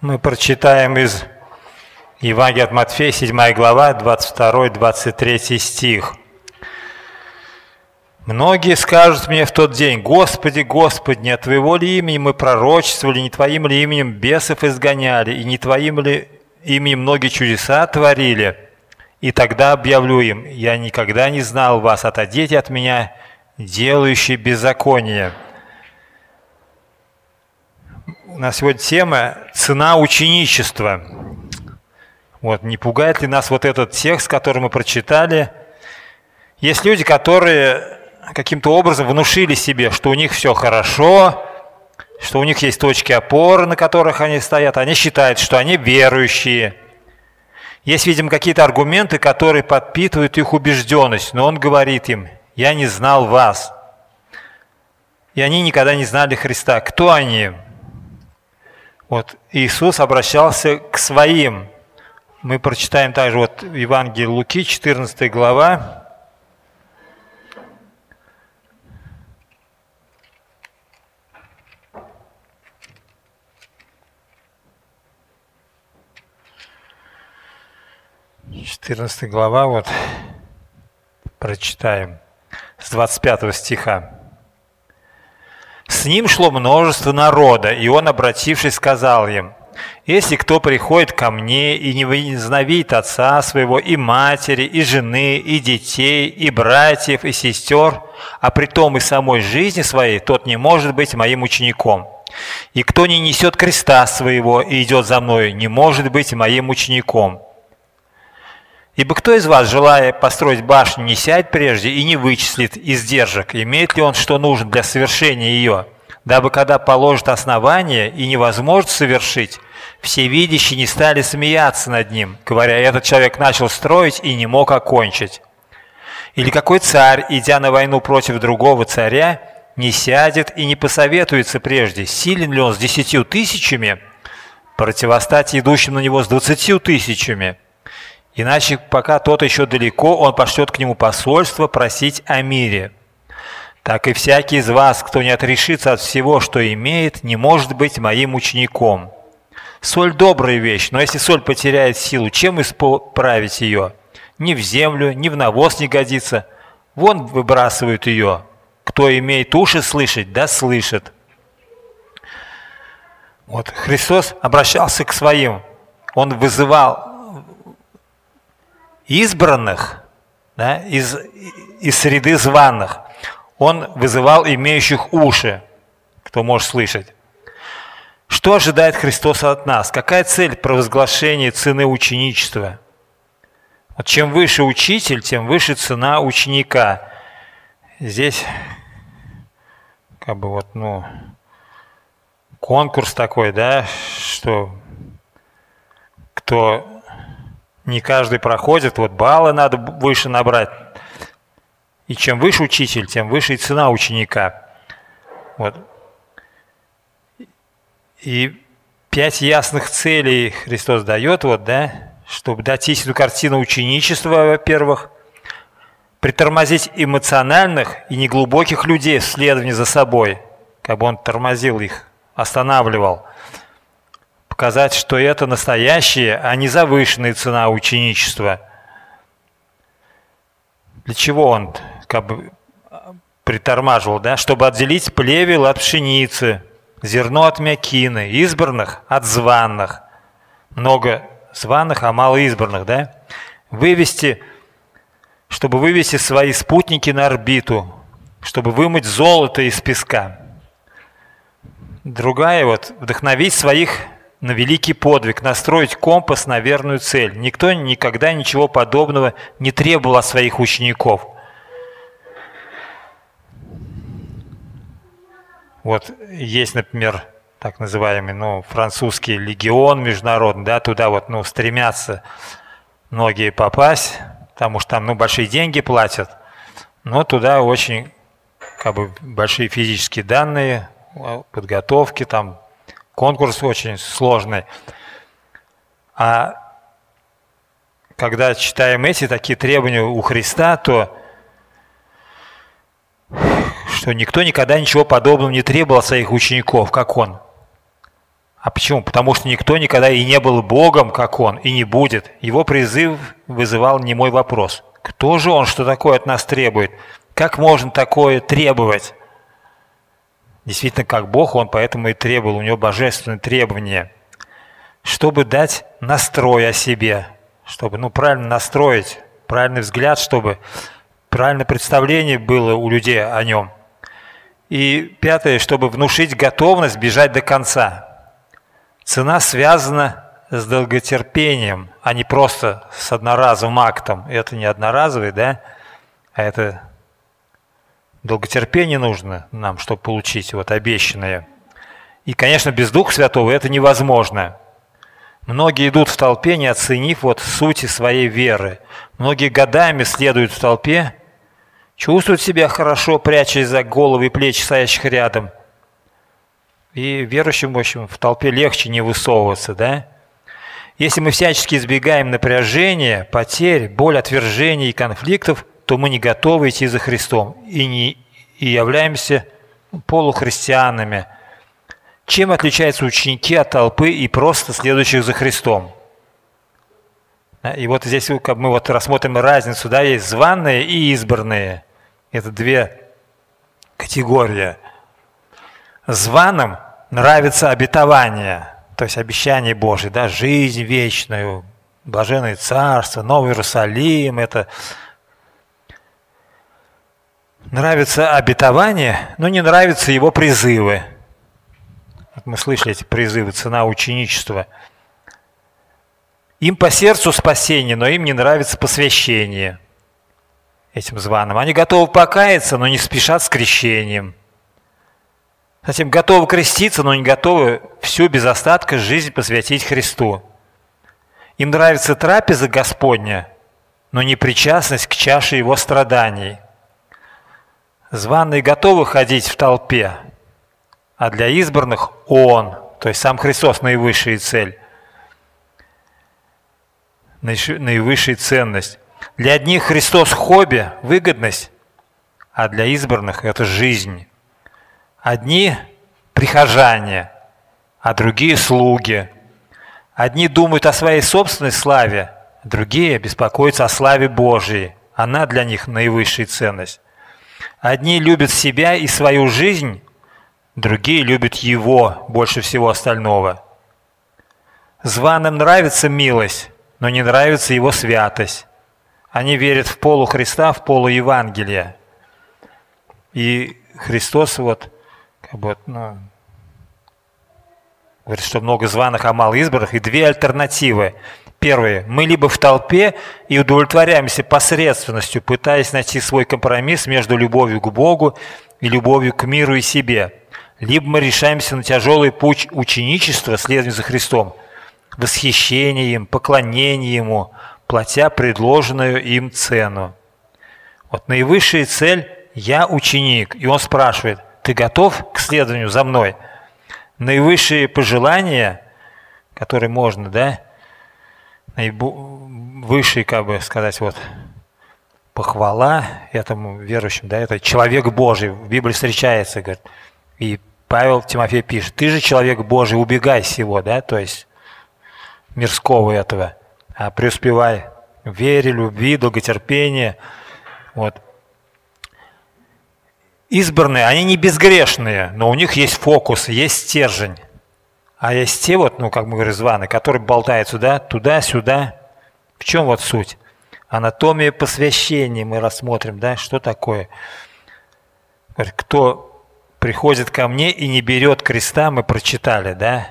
Мы прочитаем из Евангелия от Матфея, 7 глава, 22-23 стих. «Многие скажут мне в тот день: Господи, Господи, не от Твоего ли имени мы пророчествовали, не Твоим ли именем бесов изгоняли, и не Твоим ли именем многие чудеса творили? И тогда объявлю им: я никогда не знал вас, отойдите от меня, делающие беззаконие». У нас сегодня тема «Цена ученичества». Вот, не пугает ли нас вот этот текст, который мы прочитали? Есть люди, которые каким-то образом внушили себе, что у них все хорошо, что у них есть точки опоры, на которых они стоят. Они считают, что они верующие. Есть, видимо, какие-то аргументы, которые подпитывают их убежденность. Но он говорит им: «Я не знал вас». И они никогда не знали Христа. Кто они? Вот Иисус обращался к своим. Мы прочитаем также вот в Евангелии Луки, 14 глава. Четырнадцатая глава, вот прочитаем с 25 стиха. «С ним шло множество народа, и он, обратившись, сказал им: если кто приходит ко мне и не возненавидит отца своего, и матери, и жены, и детей, и братьев, и сестер, а притом и самой жизни своей, тот не может быть моим учеником. И кто не несет креста своего и идет за мною, не может быть моим учеником. Ибо кто из вас, желая построить башню, не сядет прежде и не вычислит издержек, имеет ли он что нужно для совершения ее, дабы когда положит основание и невозможно совершить, все видящие не стали смеяться над ним, говоря: этот человек начал строить и не мог окончить. Или какой царь, идя на войну против другого царя, не сядет и не посоветуется прежде, силен ли он с 10 000 противостать идущим на него с 20 000? Иначе, пока тот еще далеко, он пошлет к нему посольство просить о мире. Так и всякий из вас, кто не отрешится от всего, что имеет, не может быть моим учеником. Соль – добрая вещь, но если соль потеряет силу, чем исправить ее? Ни в землю, ни в навоз не годится. Вон выбрасывают ее. Кто имеет уши слышать, да слышит». Вот Христос обращался к своим. Он вызывал избранных, да, из среды званых. Он вызывал имеющих уши, кто может слышать. Что ожидает Христос от нас? Какая цель провозглашения цены ученичества? Вот чем выше учитель, тем выше цена ученика. Здесь как бы вот, конкурс такой, да, что кто не каждый проходит, вот баллы надо выше набрать. И чем выше учитель, тем выше и цена ученика. Вот. И 5 ясных целей Христос дает, вот, да, чтобы дать истинную картину ученичества, во-первых, притормозить эмоциональных и неглубоких людей в следовании за собой, как бы он тормозил их, останавливал. Показать, что это настоящая, а не завышенная цена ученичества. Для чего он как бы притормаживал, да? Чтобы отделить плевел от пшеницы, зерно от мякины, избранных от званых. Много званых, а мало избранных, да? Чтобы вывести свои спутники на орбиту, чтобы вымыть золото из песка. Другая вот, вдохновить своих на великий подвиг, настроить компас на верную цель. Никто никогда ничего подобного не требовал от своих учеников. Вот есть, например, так называемый, французский легион международный, да, туда вот, стремятся многие попасть, потому что там, большие деньги платят, но туда очень, большие физические данные, подготовки, там, конкурс очень сложный. А когда читаем эти такие требования у Христа, то что никто никогда ничего подобного не требовал от своих учеников, как он. А почему? Потому что никто никогда и не был Богом, как Он, и не будет. Его призыв вызывал немой вопрос. Кто же Он, что такое от нас требует? Как можно такое требовать? Действительно, как Бог, Он поэтому и требовал, у Него божественные требования, чтобы дать настрой о себе, чтобы правильно настроить, правильный взгляд, чтобы правильное представление было у людей о Нем. И пятое, чтобы внушить готовность бежать до конца. Цена связана с долготерпением, а не просто с одноразовым актом. Это не одноразовый, да, а это долготерпение нужно нам, чтобы получить обещанное. И, конечно, без Духа Святого это невозможно. Многие идут в толпе, не оценив сути своей веры. Многие годами следуют в толпе, чувствуют себя хорошо, прячась за головы и плечи стоящих рядом. И верующим, в общем, в толпе легче не высовываться, да? Если мы всячески избегаем напряжения, потерь, боль, отвержений и конфликтов, то мы не готовы идти за Христом и являемся полухристианами. Чем отличаются ученики от толпы и просто следующих за Христом? И здесь мы рассмотрим разницу, да, есть званые и избранные. Это две категории. Званым нравится обетование, то есть обещание Божие, да, жизнь вечную, блаженное царство, Новый Иерусалим, это нравится обетование, но не нравятся его призывы. Мы слышали эти призывы, цена ученичества. Им по сердцу спасение, но им не нравится посвящение этим званым. Они готовы покаяться, но не спешат с крещением. Затем готовы креститься, но не готовы всю без остатка жизнь посвятить Христу. Им нравится трапеза Господня, но не причастность к чаше Его страданий. Званые готовы ходить в толпе, а для избранных Он, то есть сам Христос, наивысшая цель, наивысшая ценность. Для одних Христос хобби, выгодность, а для избранных это жизнь. Одни прихожане, а другие слуги. Одни думают о своей собственной славе, другие беспокоятся о славе Божией. Она для них наивысшая ценность. Одни любят себя и свою жизнь, другие любят Его больше всего остального. Званым нравится милость, но не нравится Его святость. Они верят в полу Христа, в полу Евангелия. И Христос говорит, что много званых, а мало избранных, и две альтернативы. Первое. Мы либо в толпе и удовлетворяемся посредственностью, пытаясь найти свой компромисс между любовью к Богу и любовью к миру и себе. Либо мы решаемся на тяжелый путь ученичества, следуя за Христом, восхищение им, поклонение Ему, платя предложенную им цену. Наивысшая цель – «Я ученик». И он спрашивает: «Ты готов к следованию за мной?» Наивысшие пожелания, которые можно, да, наивысшие, похвала этому верующему, да, это человек Божий, в Библии встречается, говорит, и Павел Тимофею пишет: «Ты же человек Божий, убегай сего», да, то есть мирского этого, а преуспевай в вере, любви, долготерпении. Избранные, они не безгрешные, но у них есть фокус, есть стержень. А есть те, мы говорим, званые, которые болтают туда-сюда. В чем суть? Анатомия посвящения мы рассмотрим, да, что такое. Кто приходит ко мне и не берет креста, мы прочитали, да.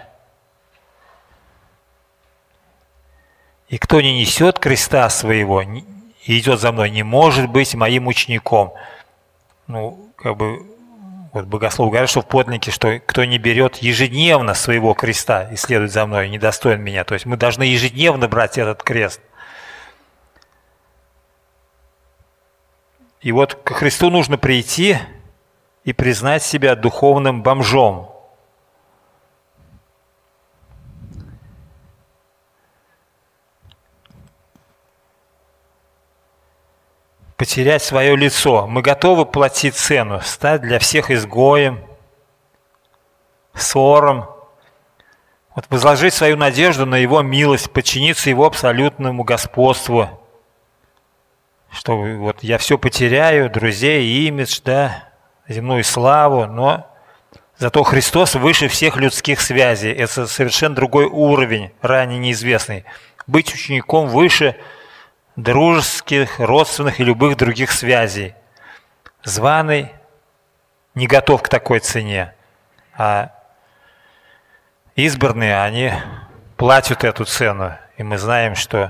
И кто не несет креста своего и идет за мной, не может быть моим учеником. Богословы говорят, что в подлиннике, что кто не берет ежедневно своего креста и следует за мной, недостоин меня. То есть мы должны ежедневно брать этот крест. И к Христу нужно прийти и признать себя духовным бомжом. Потерять свое лицо. Мы готовы платить цену, стать для всех изгоем, ссором. Вот возложить свою надежду на Его милость, подчиниться Его абсолютному господству, что вот я все потеряю, друзей, имидж, да, земную славу, но зато Христос выше всех людских связей. Это совершенно другой уровень, ранее неизвестный. Быть учеником выше дружеских, родственных и любых других связей. Званый не готов к такой цене, а избранные, они платят эту цену. И мы знаем, что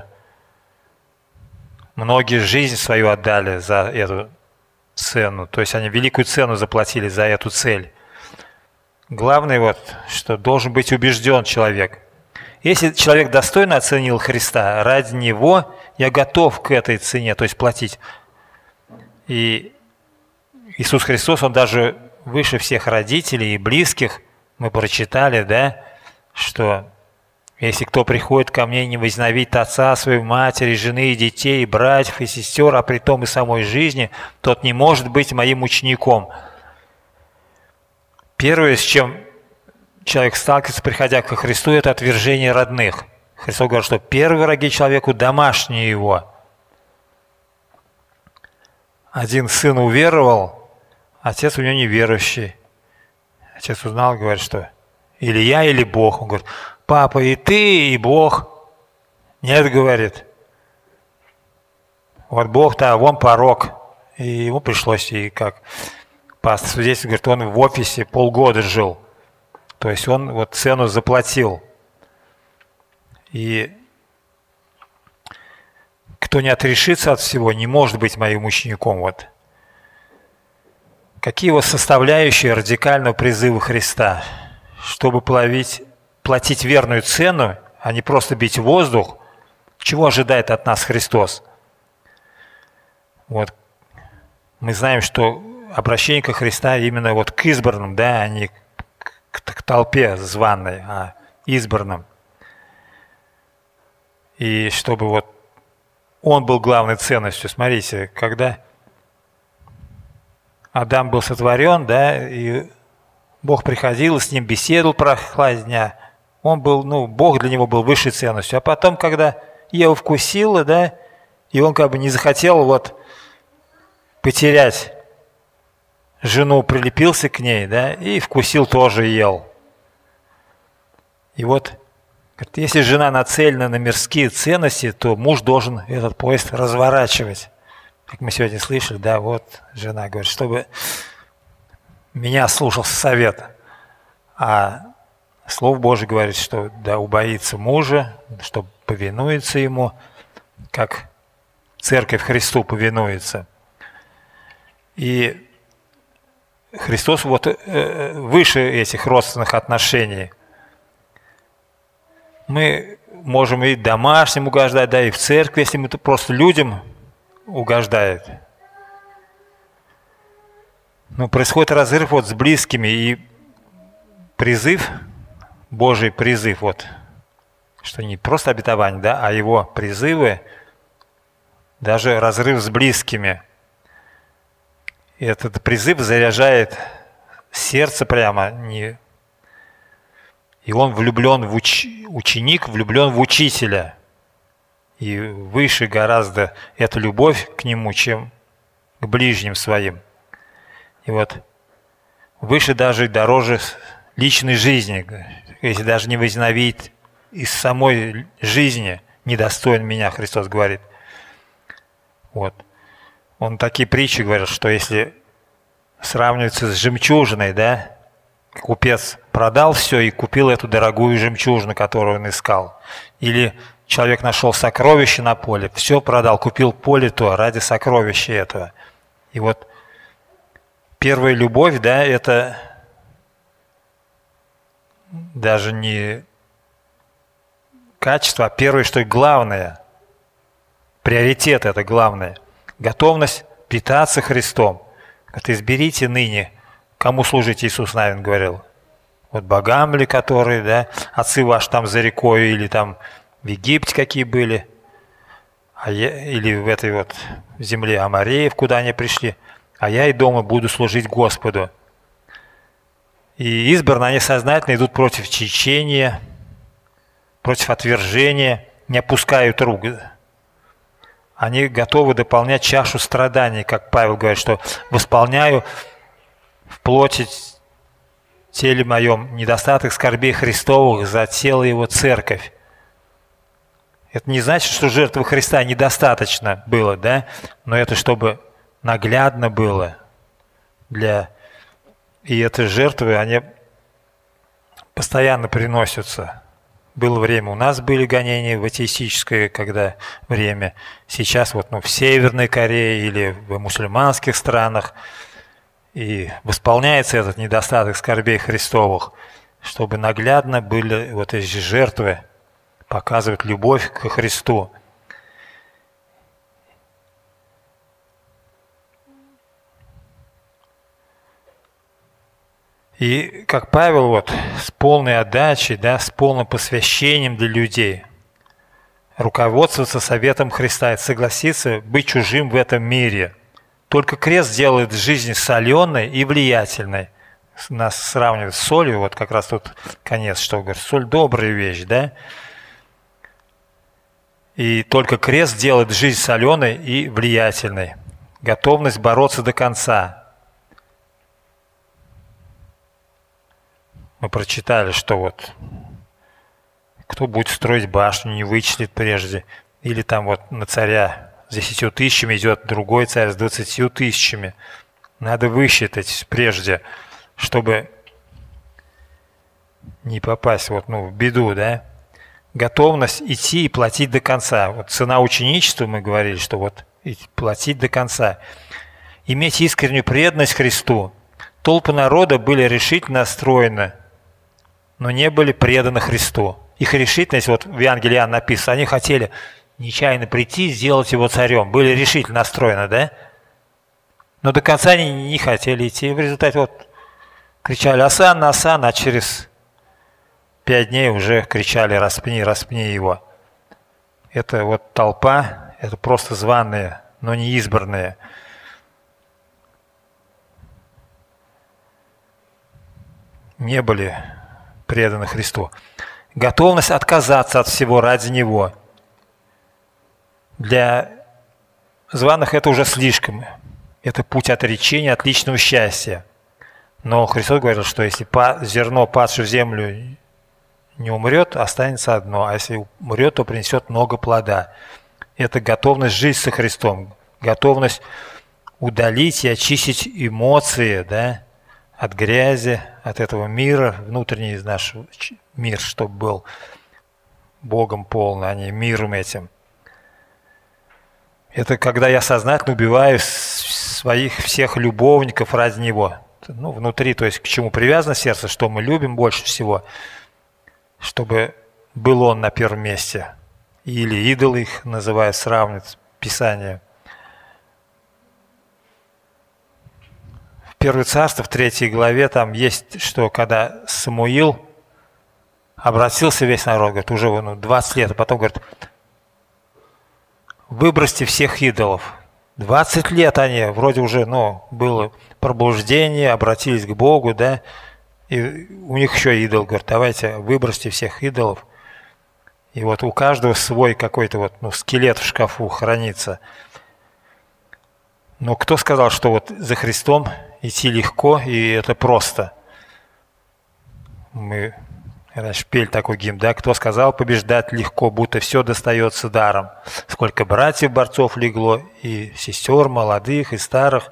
многие жизнь свою отдали за эту цену. То есть они великую цену заплатили за эту цель. Главное, вот, что должен быть убежден человек. Если человек достойно оценил Христа, ради Него я готов к этой цене, то есть платить. И Иисус Христос, Он даже выше всех родителей и близких, мы прочитали, да, что если кто приходит ко мне, не возненавидит отца, свою матери, жены и детей, братьев и сестер, а при том и самой жизни, тот не может быть моим учеником. Первое, с чем человек сталкивается, приходя ко Христу, это отвержение родных. Христос говорит, что первые враги человеку – домашние его. Один сын уверовал, отец у него неверующий. Отец узнал, говорит, что или я, или Бог. Он говорит, папа, и ты, и Бог. Нет, говорит. Вот Бог-то, а вон порог. И ему пришлось, и как пастор свидетельствует, говорит, он в офисе полгода жил. То есть он вот цену заплатил. И кто не отрешится от всего, не может быть моим учеником. Вот. Какие его составляющие радикального призыва Христа? Чтобы платить верную цену, а не просто бить воздух, чего ожидает от нас Христос? Вот. Мы знаем, что обращение ко Христа именно вот к избранным, да, а не к толпе званой, а избранным. И чтобы вот Он был главной ценностью. Смотрите, когда Адам был сотворен, да, и Бог приходил, с ним беседовал прохладе дня. Он был, Бог для него был высшей ценностью. А потом, когда Ева вкусила, да, и он как бы не захотел вот потерять жену, прилепился к ней, да, и вкусил тоже ел. И вот, если жена нацелена на мирские ценности, то муж должен этот поезд разворачивать. Как мы сегодня слышали, да, вот жена говорит, чтобы меня слушался совет. А Слово Божие говорит, что да, убоится мужа, что повинуется ему, как церковь Христу повинуется. И Христос вот выше этих родственных отношений. Мы можем и домашним угождать, да, и в церкви, если мы просто людям угождает. Но происходит разрыв вот с близкими, и призыв, Божий призыв, вот, что не просто обетование, да, а его призывы, даже разрыв с близкими. И этот призыв заряжает сердце прямо, и он влюблен в ученик, влюблен в учителя. И выше гораздо эта любовь к нему, чем к ближним своим. И вот выше даже и дороже личной жизни. Если даже не возненавидит из самой жизни, недостоин меня, Христос говорит. Вот. Он такие притчи говорит, что если сравнивается с жемчужиной, да, купец продал все и купил эту дорогую жемчужину, которую он искал. Или человек нашел сокровище на поле, все продал, купил поле то ради сокровища этого. И вот первая любовь, да, это даже не качество, а первое, что и главное. Приоритет это главное. Готовность питаться Христом. Вот изберите ныне, кому служить, Иисус Навин говорил. Вот богам ли, которые, да, отцы ваши там за рекой, или там в Египте какие были, или в этой вот земле Амореев, куда они пришли, а я и дома буду служить Господу. И избранно они сознательно идут против течения, против отвержения, не опускают рук. Они готовы дополнять чашу страданий, как Павел говорит, что восполняю в плоти теле моем недостаток скорбей Христовых за тело Его церковь. Это не значит, что жертвы Христа недостаточно было, да? Но это чтобы наглядно было. И эти жертвы, они постоянно приносятся. Было время, у нас были гонения в атеистическое, когда время. Сейчас вот в Северной Корее или в мусульманских странах. И восполняется этот недостаток скорбей Христовых, чтобы наглядно были вот эти жертвы, показывать любовь ко Христу. И как Павел вот с полной отдачей, да, с полным посвящением для людей, руководствоваться советом Христа и согласиться быть чужим в этом мире. Только крест делает жизнь соленой и влиятельной. Нас сравнивают с солью, вот как раз тут конец, что говорит, соль добрая вещь, да? И только крест делает жизнь соленой и влиятельной. Готовность бороться до конца. Мы прочитали, что вот кто будет строить башню, не вычислит прежде. Или там вот на царя с 10 тысячами идет другой царь с 20 тысячами. Надо высчитать прежде, чтобы не попасть в беду, да? Готовность идти и платить до конца. Вот цена ученичества, мы говорили, что вот платить до конца. Иметь искреннюю преданность Христу. Толпы народа были решительно настроены, но не были преданы Христу. Их решительность, вот в Евангелии Иоанна написано, они хотели нечаянно прийти, сделать его царем. Были решительно настроены, да? Но до конца они не хотели идти. В результате вот кричали «Осанна, Осанна», а через 5 дней уже кричали «Распни, распни его». Это вот толпа, это просто званые, но не избранные. Не были преданы Христу. Готовность отказаться от всего ради Него. Для званых это уже слишком. Это путь отречения от личного счастья. Но Христос говорил, что если зерно, падшее в землю, не умрет, останется одно, а если умрет, то принесет много плода. Это готовность жить со Христом, готовность удалить и очистить эмоции, да, от грязи, от этого мира, внутренний наш мир, чтобы был Богом полный, а не миром этим. Это когда я сознательно убиваю своих всех любовников ради Него. Внутри, то есть к чему привязано сердце, что мы любим больше всего, чтобы был Он на первом месте. Или идол их называют, сравнивают Писание. В Первое Царство, в 3 главе, там есть, что когда Самуил обратился весь народ, говорит, уже 20 лет, а потом говорит, выбросьте всех идолов. 20 лет они, вроде уже, было пробуждение, обратились к Богу, да, и у них еще идол, говорит, давайте выбросьте всех идолов. И вот у каждого свой какой-то скелет в шкафу хранится. Но кто сказал, что вот за Христом идти легко и это просто? Мы раньше пели такой гимн, да, кто сказал побеждать легко, будто все достается даром. Сколько братьев, борцов легло, и сестер, молодых, и старых.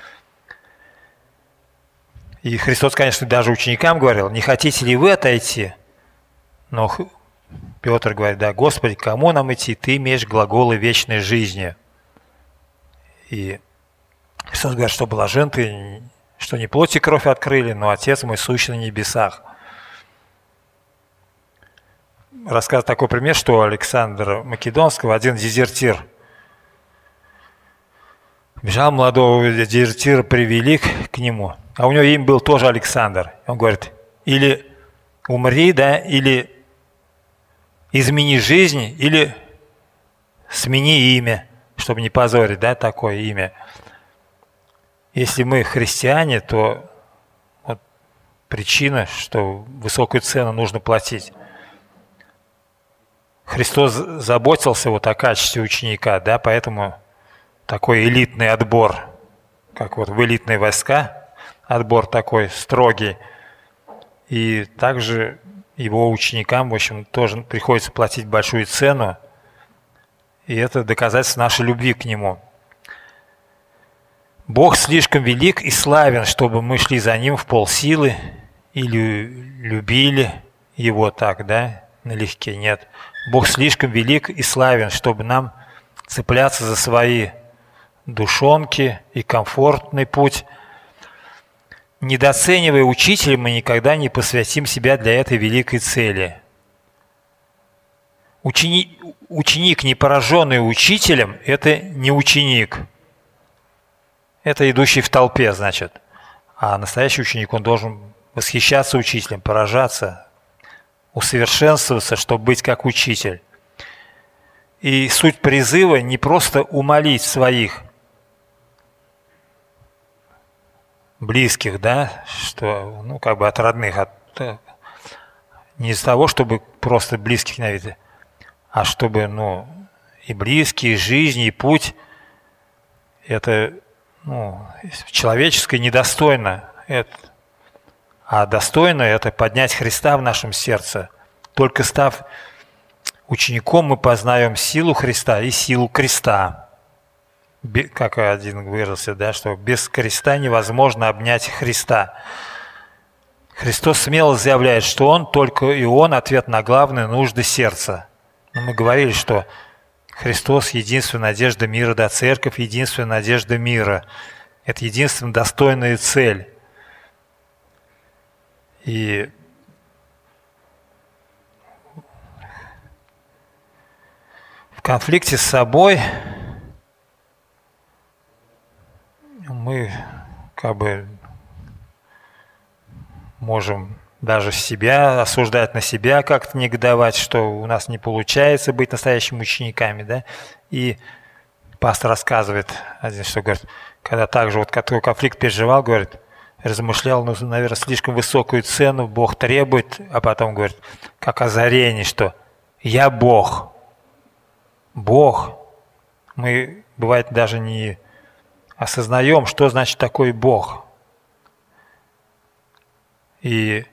И Христос, конечно, даже ученикам говорил, не хотите ли вы отойти? Но Петр говорит, да, Господи, кому нам идти? Ты имеешь глаголы вечной жизни. И Христос говорит, что блажен ты, что не плоть и кровь открыли, но Отец мой сущий на небесах. Рассказывает такой пример, что у Александра Македонского один дезертир. Бежал молодого дезертира, привели к нему, а у него имя был тоже Александр. Он говорит, или умри, да, или измени жизнь, или смени имя, чтобы не позорить, да, такое имя. Если мы христиане, то вот причина, что высокую цену нужно платить. Христос заботился вот о качестве ученика, да, поэтому такой элитный отбор, как вот в элитные войска, отбор такой строгий. И также его ученикам, в общем, тоже приходится платить большую цену, и это доказательство нашей любви к Нему. Бог слишком велик и славен, чтобы мы шли за Ним в полсилы или любили Его так, да, налегке. Нет. Бог слишком велик и славен, чтобы нам цепляться за свои душонки и комфортный путь. Недооценивая учителя, мы никогда не посвятим себя для этой великой цели. Ученик, не пораженный учителем, это не ученик. Это идущий в толпе, значит. А настоящий ученик, он должен восхищаться учителем, поражаться, усовершенствоваться, чтобы быть как учитель. И суть призыва не просто умолить своих близких, да, что, ну, как бы от родных, не из-за того, чтобы просто близких ненавидеть, а чтобы, ну, и близкие, и жизнь, и путь, это, ну, человеческое недостойно, а достойно это поднять Христа в нашем сердце. Только став учеником, мы познаем силу Христа и силу креста. Как один выразился, да, что без креста невозможно обнять Христа. Христос смело заявляет, что Он, только и Он ответ на главные нужды сердца. Но мы говорили, что Христос – единственная надежда мира, да, Церковь – единственная надежда мира. Это единственная достойная цель. И в конфликте с собой мы как бы можем даже себя осуждать, на себя как-то негодовать, что у нас не получается быть настоящими учениками, да. И пастор рассказывает один, что говорит, когда также вот такой конфликт переживал, говорит, размышлял, ну, наверное, слишком высокую цену Бог требует, а потом говорит, как озарение, что я Бог. Бог. Мы, бывает, даже не осознаем, что значит такой Бог. И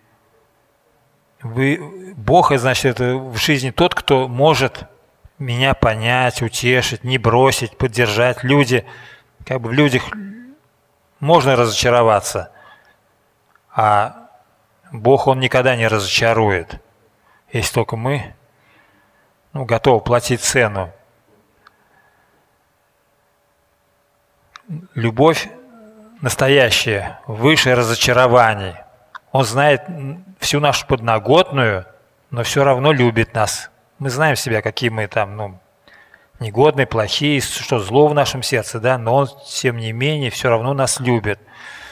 Бог, значит, это в жизни тот, кто может меня понять, утешить, не бросить, поддержать. Люди, как бы в людях можно разочароваться, а Бог, Он никогда не разочарует, если только мы, ну, готовы платить цену. Любовь настоящая, выше разочарований. Он знает всю нашу подноготную, но все равно любит нас. Мы знаем себя, какие мы там, ну, негодные, плохие, что зло в нашем сердце, да, но Он, тем не менее, все равно нас любит.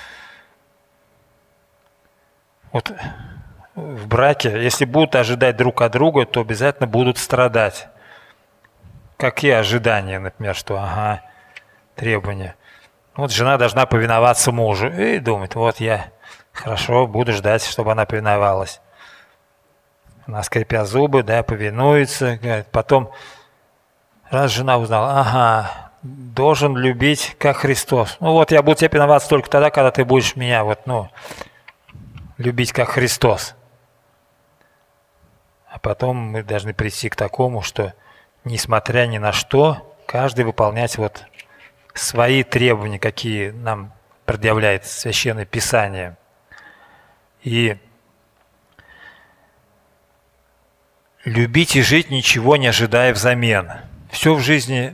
Вот в браке, если будут ожидать друг от друга, то обязательно будут страдать. Какие ожидания, например, что, ага, требования. Вот жена должна повиноваться мужу. И думает, вот я хорошо буду ждать, чтобы она повиновалась. Она, скрипя зубы, да, повинуется. Говорит. Потом, раз жена узнала, ага, должен любить, как Христос. Ну вот я буду тебе повиноваться только тогда, когда ты будешь меня, вот, ну, любить, как Христос. А потом мы должны прийти к такому, что, несмотря ни на что, каждый выполнять вот свои требования, какие нам предъявляет Священное Писание. И любить и жить, ничего не ожидая взамен. Все в жизни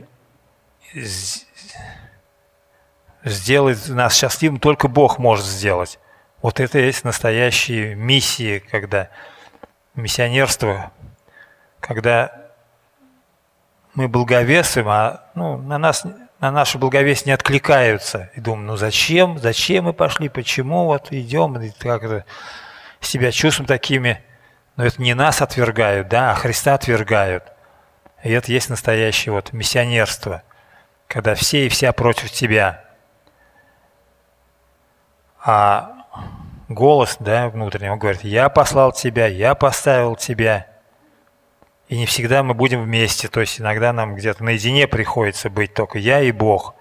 сделать нас счастливым только Бог может сделать. Вот это и есть настоящие миссии, когда миссионерство, когда мы благовествуем, а ну, на наше благовестие не откликаются. И думаем, ну зачем мы пошли, почему вот идем, и как-то себя чувствуем такими. Но это не нас отвергают, да, а Христа отвергают. И это есть настоящее вот миссионерство, когда все и вся против тебя. А голос, да, внутренний, он говорит, я послал тебя, я поставил тебя. И не всегда мы будем вместе, то есть иногда нам где-то наедине приходится быть, только я и Бог.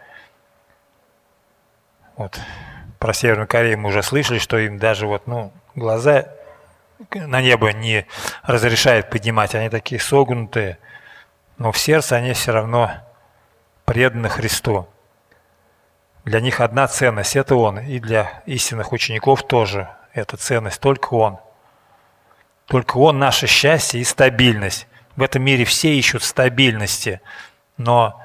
Вот. Про Северную Корею мы уже слышали, что им даже вот, глаза на небо не разрешают поднимать, они такие согнутые, но в сердце они все равно преданы Христу. Для них одна ценность – это Он, и для истинных учеников тоже эта ценность, только Он. Только Он – наше счастье и стабильность. В этом мире все ищут стабильности, но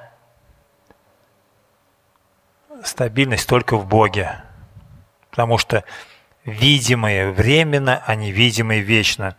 стабильность только в Боге, потому что видимые временно, а невидимые вечно.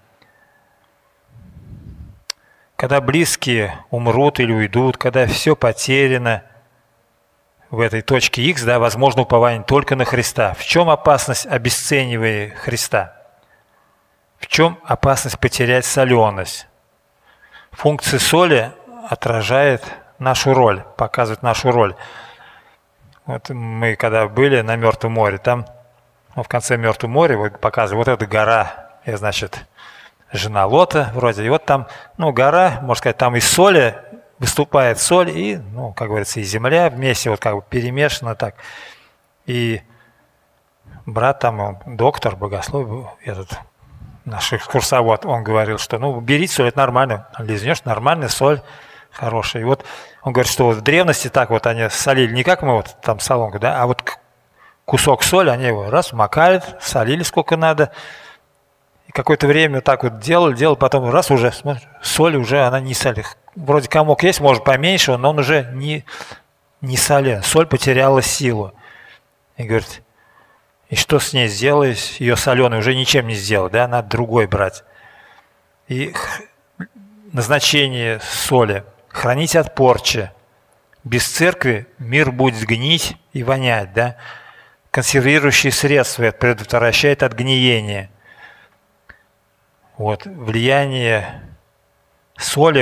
Когда близкие умрут или уйдут, когда все потеряно, в этой точке X, возможно упование только на Христа. В чем опасность обесценивания Христа? В чем опасность потерять соленость? Функция соли отражает нашу роль, показывает нашу роль. Вот мы когда были на Мертвом море, там в конце Мертвого моря показывают, вот эта гора, значит, жена Лота вроде, и вот там, гора, можно сказать, там из соли выступает соль и, как говорится, и земля вместе, вот как бы перемешано так. И брат там, он доктор, богослов, этот наш экскурсовод, он говорил, что, берите соль, это нормально, лизнешь, нормальная соль, хорошая. И вот он говорит, что вот в древности так вот они солили, не как мы вот там солонку, а вот кусок соли, они его раз макают, солили сколько надо, и какое-то время так вот делали, потом раз уже, смотри, соль уже, она не солит. Вроде комок есть, может поменьше, но он уже не солен. Соль потеряла силу. И говорит, и что с ней сделаешь? Ее соленой уже ничем не сделать, надо другой брать. И назначение соли – хранить от порчи. Без церкви мир будет гнить и вонять, Консервирующие средства это предотвращает от гниения. Вот влияние соли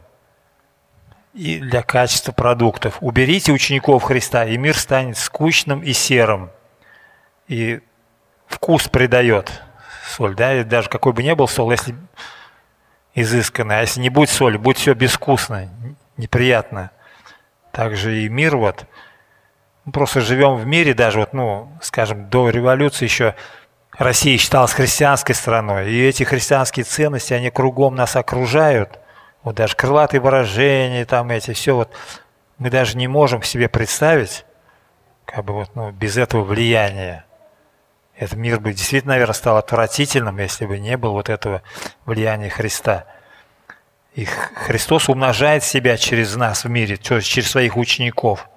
и для качества продуктов. Уберите учеников Христа, и мир станет скучным и серым. И вкус придает соль, и даже какой бы ни был соль, если изысканный, а если не будет соли, будет все безвкусно, неприятно. Также и мир мы просто живем в мире, даже скажем, до революции еще Россия считалась христианской страной, и эти христианские ценности, они кругом нас окружают. Вот даже крылатые выражения, все мы даже не можем себе представить, без этого влияния. Этот мир бы действительно, наверное, стал отвратительным, если бы не было этого влияния Христа. И Христос умножает себя через нас в мире, через своих учеников.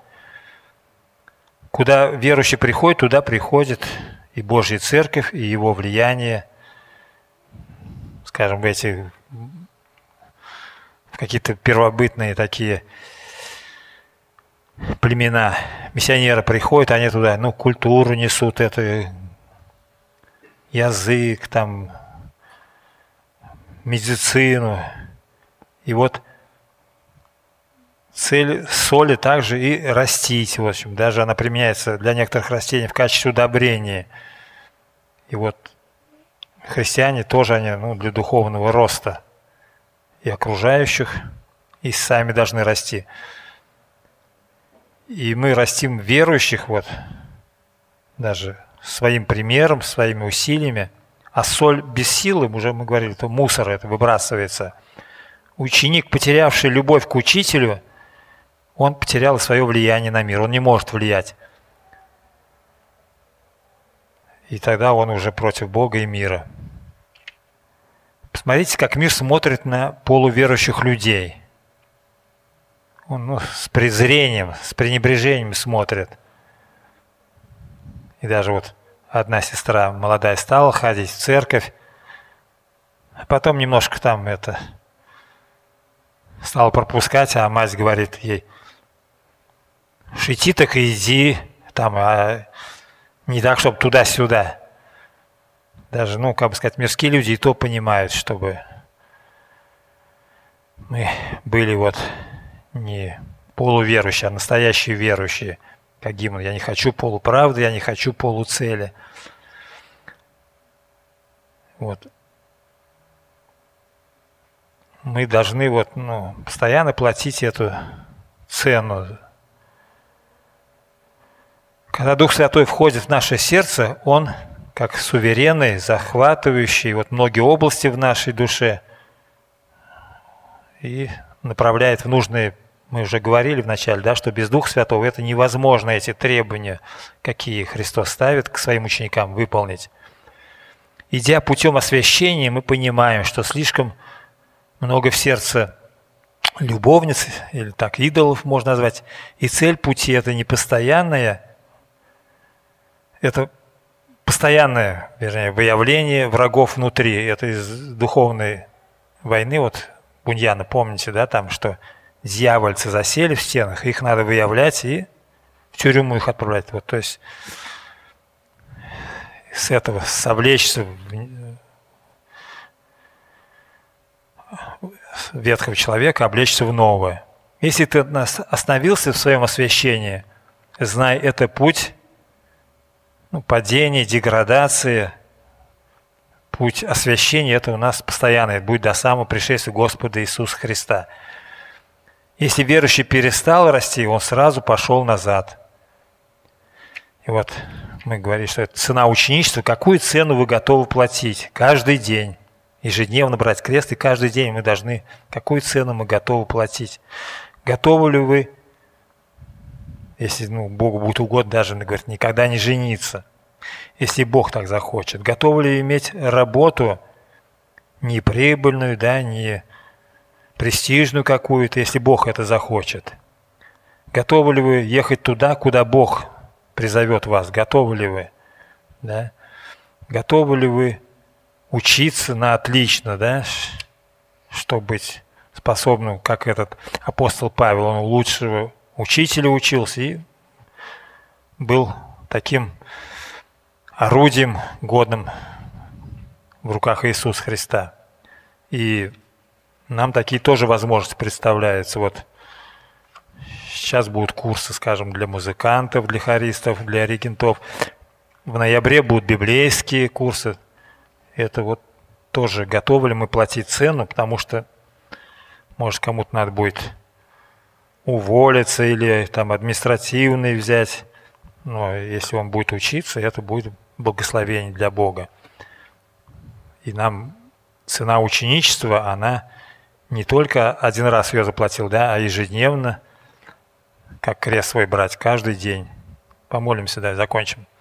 Куда верующий приходит, туда приходит и Божья Церковь, и его влияние, скажем, в какие-то первобытные такие племена. Миссионеры приходят, они туда, культуру несут, язык, медицину. И цель соли также и растить. В общем, даже она применяется для некоторых растений в качестве удобрения. И христиане тоже они для духовного роста и окружающих, и сами должны расти. И мы растим верующих даже своим примером, своими усилиями. А соль без силы, уже мы говорили, то мусор это выбрасывается. Ученик, потерявший любовь к учителю, он потерял свое влияние на мир, он не может влиять. И тогда он уже против Бога и мира. Посмотрите, как мир смотрит на полуверующих людей. Он с презрением, с пренебрежением смотрит. И даже одна сестра молодая стала ходить в церковь, а потом немножко стала пропускать, а мать говорит ей, идти так и иди, а не так, чтобы туда-сюда. Даже, мирские люди и то понимают, чтобы мы были не полуверующие, а настоящие верующие, как гимн. Я не хочу полуправды, я не хочу полуцели. мы должны постоянно платить эту цену. Когда Дух Святой входит в наше сердце, Он, как суверенный, захватывающий многие области в нашей душе и направляет в нужные. Мы уже говорили вначале, да, что без Духа Святого это невозможно, эти требования, какие Христос ставит к своим ученикам, выполнить. Идя путем освящения, мы понимаем, что слишком много в сердце любовниц, или так, идолов можно назвать, и цель пути – это не постоянное, это постоянное, выявление врагов внутри. Это из духовной войны, Буньяна, помните, да, там, что дьявольцы засели в стенах, их надо выявлять и в тюрьму их отправлять. То есть с этого совлечься ветхого человека, облечься в новое. Если ты остановился в своем освящении, знай, это путь падения, деградации, путь освящения, это у нас постоянный, будет до самого пришествия Господа Иисуса Христа. Если верующий перестал расти, он сразу пошел назад. И мы говорим, что это цена ученичества. Какую цену вы готовы платить каждый день? Ежедневно брать крест, и каждый день мы должны, какую цену мы готовы платить? Готовы ли вы, если Богу будет угодно, даже, говорит, никогда не жениться, если Бог так захочет? Готовы ли иметь работу не прибыльную, да, не престижную какую-то, если Бог это захочет? Готовы ли вы ехать туда, куда Бог призовет вас? Готовы ли вы? Да? Готовы ли вы учиться на отлично, да, чтобы быть способным, как этот апостол Павел, он у лучшего учителя учился и был таким орудием годным в руках Иисуса Христа. И нам такие тоже возможности представляются. Сейчас будут курсы, скажем, для музыкантов, для хористов, для регентов. В ноябре будут библейские курсы. Это тоже готовы ли мы платить цену, потому что, может, кому-то надо будет уволиться или там административный взять. Но если он будет учиться, это будет благословение для Бога. И нам цена ученичества, она не только один раз ее заплатил, да, а ежедневно, как крест свой брать каждый день. Помолимся, да, закончим.